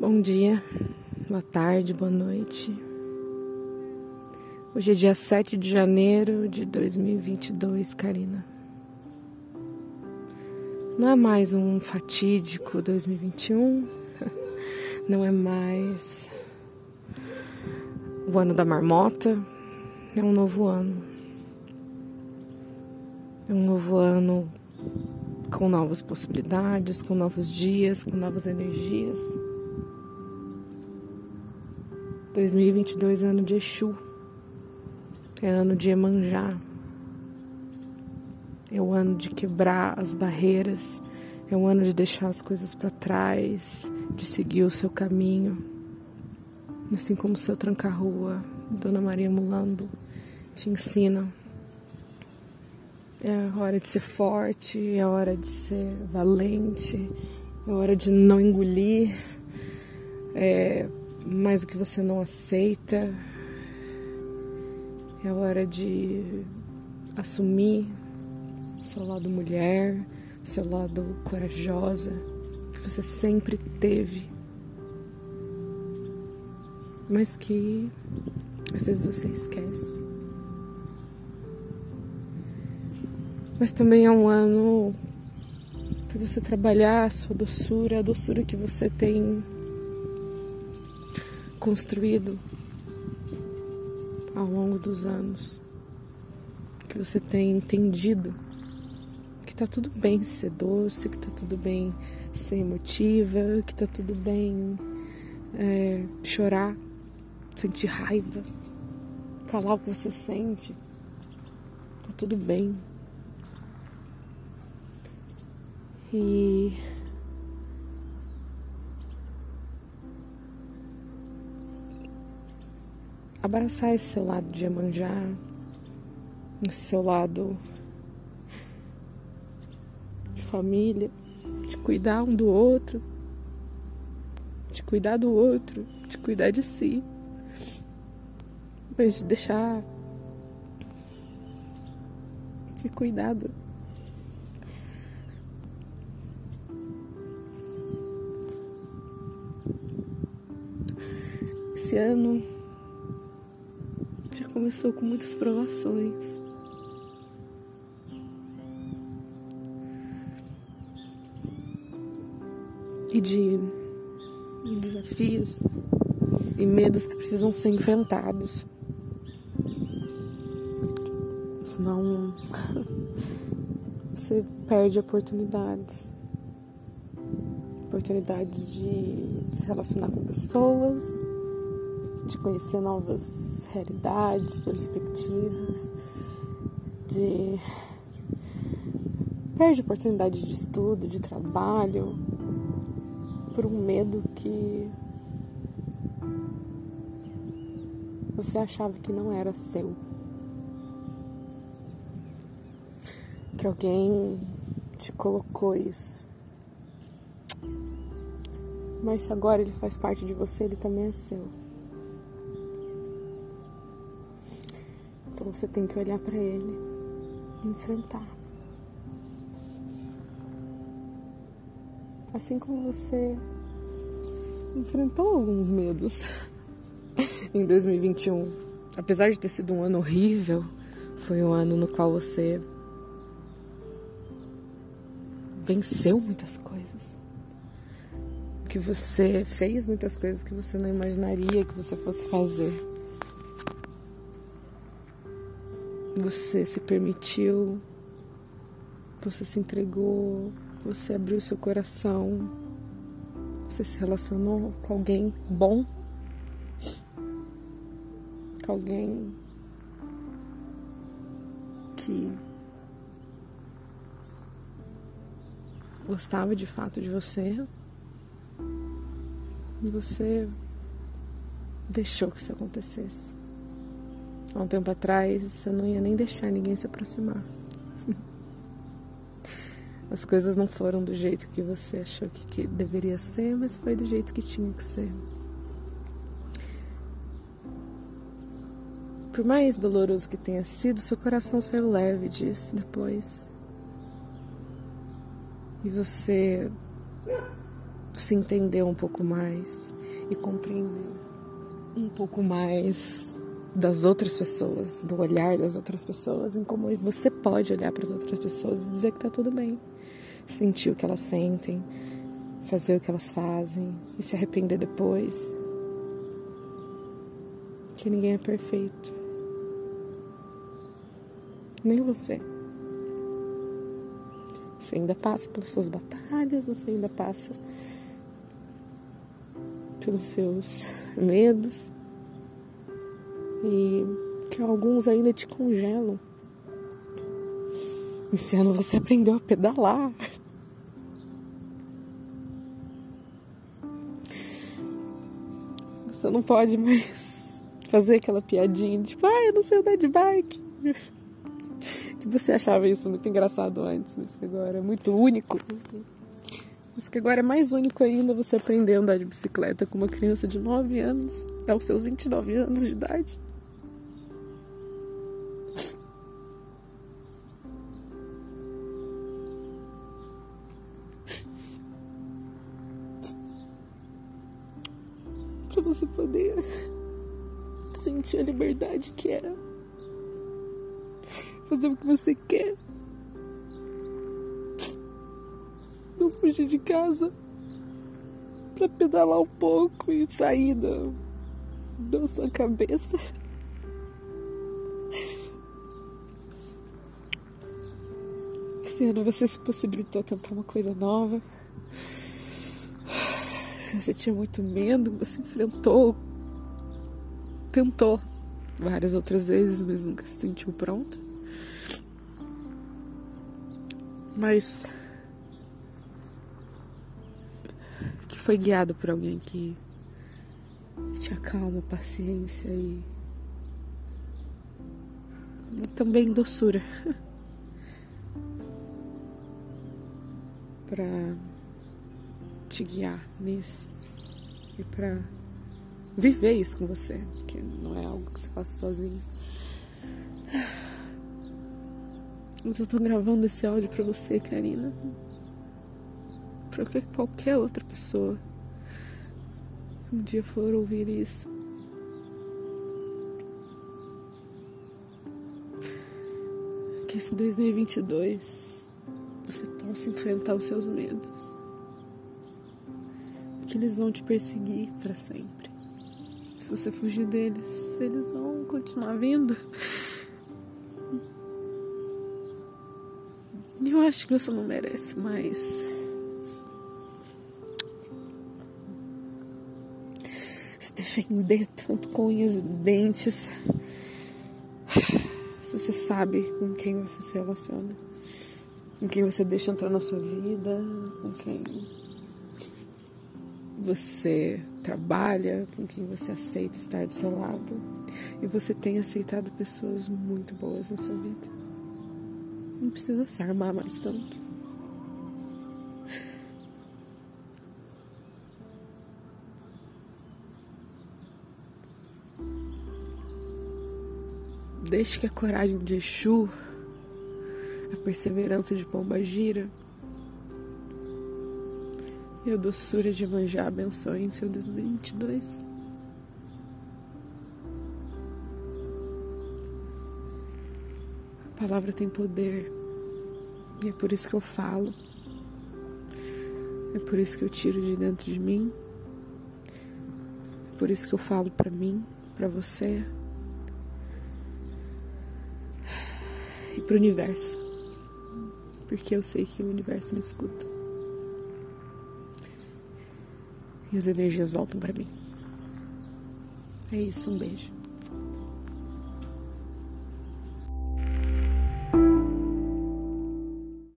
Bom dia, boa tarde, boa noite. Hoje é dia 7 de janeiro de 2022, Karina. Não é mais um fatídico 2021, não é mais o ano da marmota, é um novo ano. É um novo ano com novas possibilidades, com novos dias, com novas energias. 2022 é ano de Exu, é ano de Iemanjá, é o ano de quebrar as barreiras, é o ano de deixar as coisas para trás, de seguir o seu caminho, assim como o seu tranca-rua, Dona Maria Mulambo, te ensina. É hora de ser forte, é hora de ser valente, é hora de não engolir mais o que você não aceita. É hora de assumir o seu lado mulher, o seu lado corajosa, que você sempre teve, mas que às vezes você esquece. Mas também é um ano para você trabalhar a sua doçura, a doçura que você tem construído ao longo dos anos, que você tem entendido que tá tudo bem ser doce, que tá tudo bem ser emotiva, que tá tudo bem chorar, sentir raiva, falar o que você sente, tá tudo bem. E abraçar esse seu lado de Iemanjá, esse seu lado de família, de cuidar um do outro, de cuidar do outro, de cuidar de si, mas de deixar ser cuidado. Esse ano já começou com muitas provações. E de desafios e medos que precisam ser enfrentados. Senão você perde oportunidades. Oportunidades de se relacionar com pessoas, de conhecer novas realidades, perspectivas, perde oportunidade de estudo, de trabalho, por um medo que você achava que não era seu. Que alguém te colocou isso. Mas se agora ele faz parte de você, ele também é seu. Então você tem que olhar para ele e enfrentar. Assim como você enfrentou alguns medos em 2021. Apesar de ter sido um ano horrível, foi um ano no qual você venceu muitas coisas. Que você fez muitas coisas que você não imaginaria que você fosse fazer. Você se permitiu, você se entregou, você abriu seu coração, você se relacionou com alguém bom, com alguém que gostava de fato de você. Você deixou que isso acontecesse. Há um tempo atrás, você não ia nem deixar ninguém se aproximar. As coisas não foram do jeito que você achou que deveria ser, mas foi do jeito que tinha que ser. Por mais doloroso que tenha sido, seu coração saiu leve disso depois. E você se entender um pouco mais e compreender um pouco mais das outras pessoas, do olhar das outras pessoas, em como você pode olhar para as outras pessoas e dizer que tá tudo bem, sentir o que elas sentem, fazer o que elas fazem e se arrepender depois. Que ninguém é perfeito, nem você. Você ainda passa pelas suas batalhas, você ainda passa pelos seus medos e que alguns ainda te congelam. Esse ano você aprendeu a pedalar. Você não pode mais fazer aquela piadinha, tipo, eu não sei andar de bike. Que você achava isso muito engraçado antes, mas que agora é muito único. Mas que agora é mais único ainda você aprender a andar de bicicleta com uma criança de 9 anos, aos seus 29 anos de idade. Pra você poder sentir a liberdade que é fazer o que você quer, não fugir de casa pra pedalar um pouco e sair da sua cabeça. Esse ano você se possibilitou tentar uma coisa nova. Você tinha muito medo, você enfrentou, tentou várias outras vezes, mas nunca se sentiu pronta. Mas que foi guiado por alguém que tinha calma, paciência e também doçura pra te guiar nisso e pra viver isso com você, porque não é algo que você faça sozinho. Mas eu tô gravando esse áudio pra você, Karina, pra qualquer outra pessoa que um dia for ouvir isso. Que esse 2022 você possa enfrentar os seus medos, que eles vão te perseguir pra sempre. Se você fugir deles, eles vão continuar vindo. Eu acho que você não merece mais se defender tanto com unhas e dentes. Se você sabe com quem você se relaciona, com quem você deixa entrar na sua vida, com quem você trabalha, com quem você aceita estar do seu lado. E você tem aceitado pessoas muito boas na sua vida. Não precisa se armar mais tanto. Deixe que a coragem de Exu, a perseverança de Pombagira e a doçura de Iemanjá abençoem o seu 2022. A palavra tem poder e é por isso que eu falo, é por isso que eu tiro de dentro de mim, é por isso que eu falo pra mim, pra você e pro universo, porque eu sei que o universo me escuta e as energias voltam pra mim. É isso, um beijo.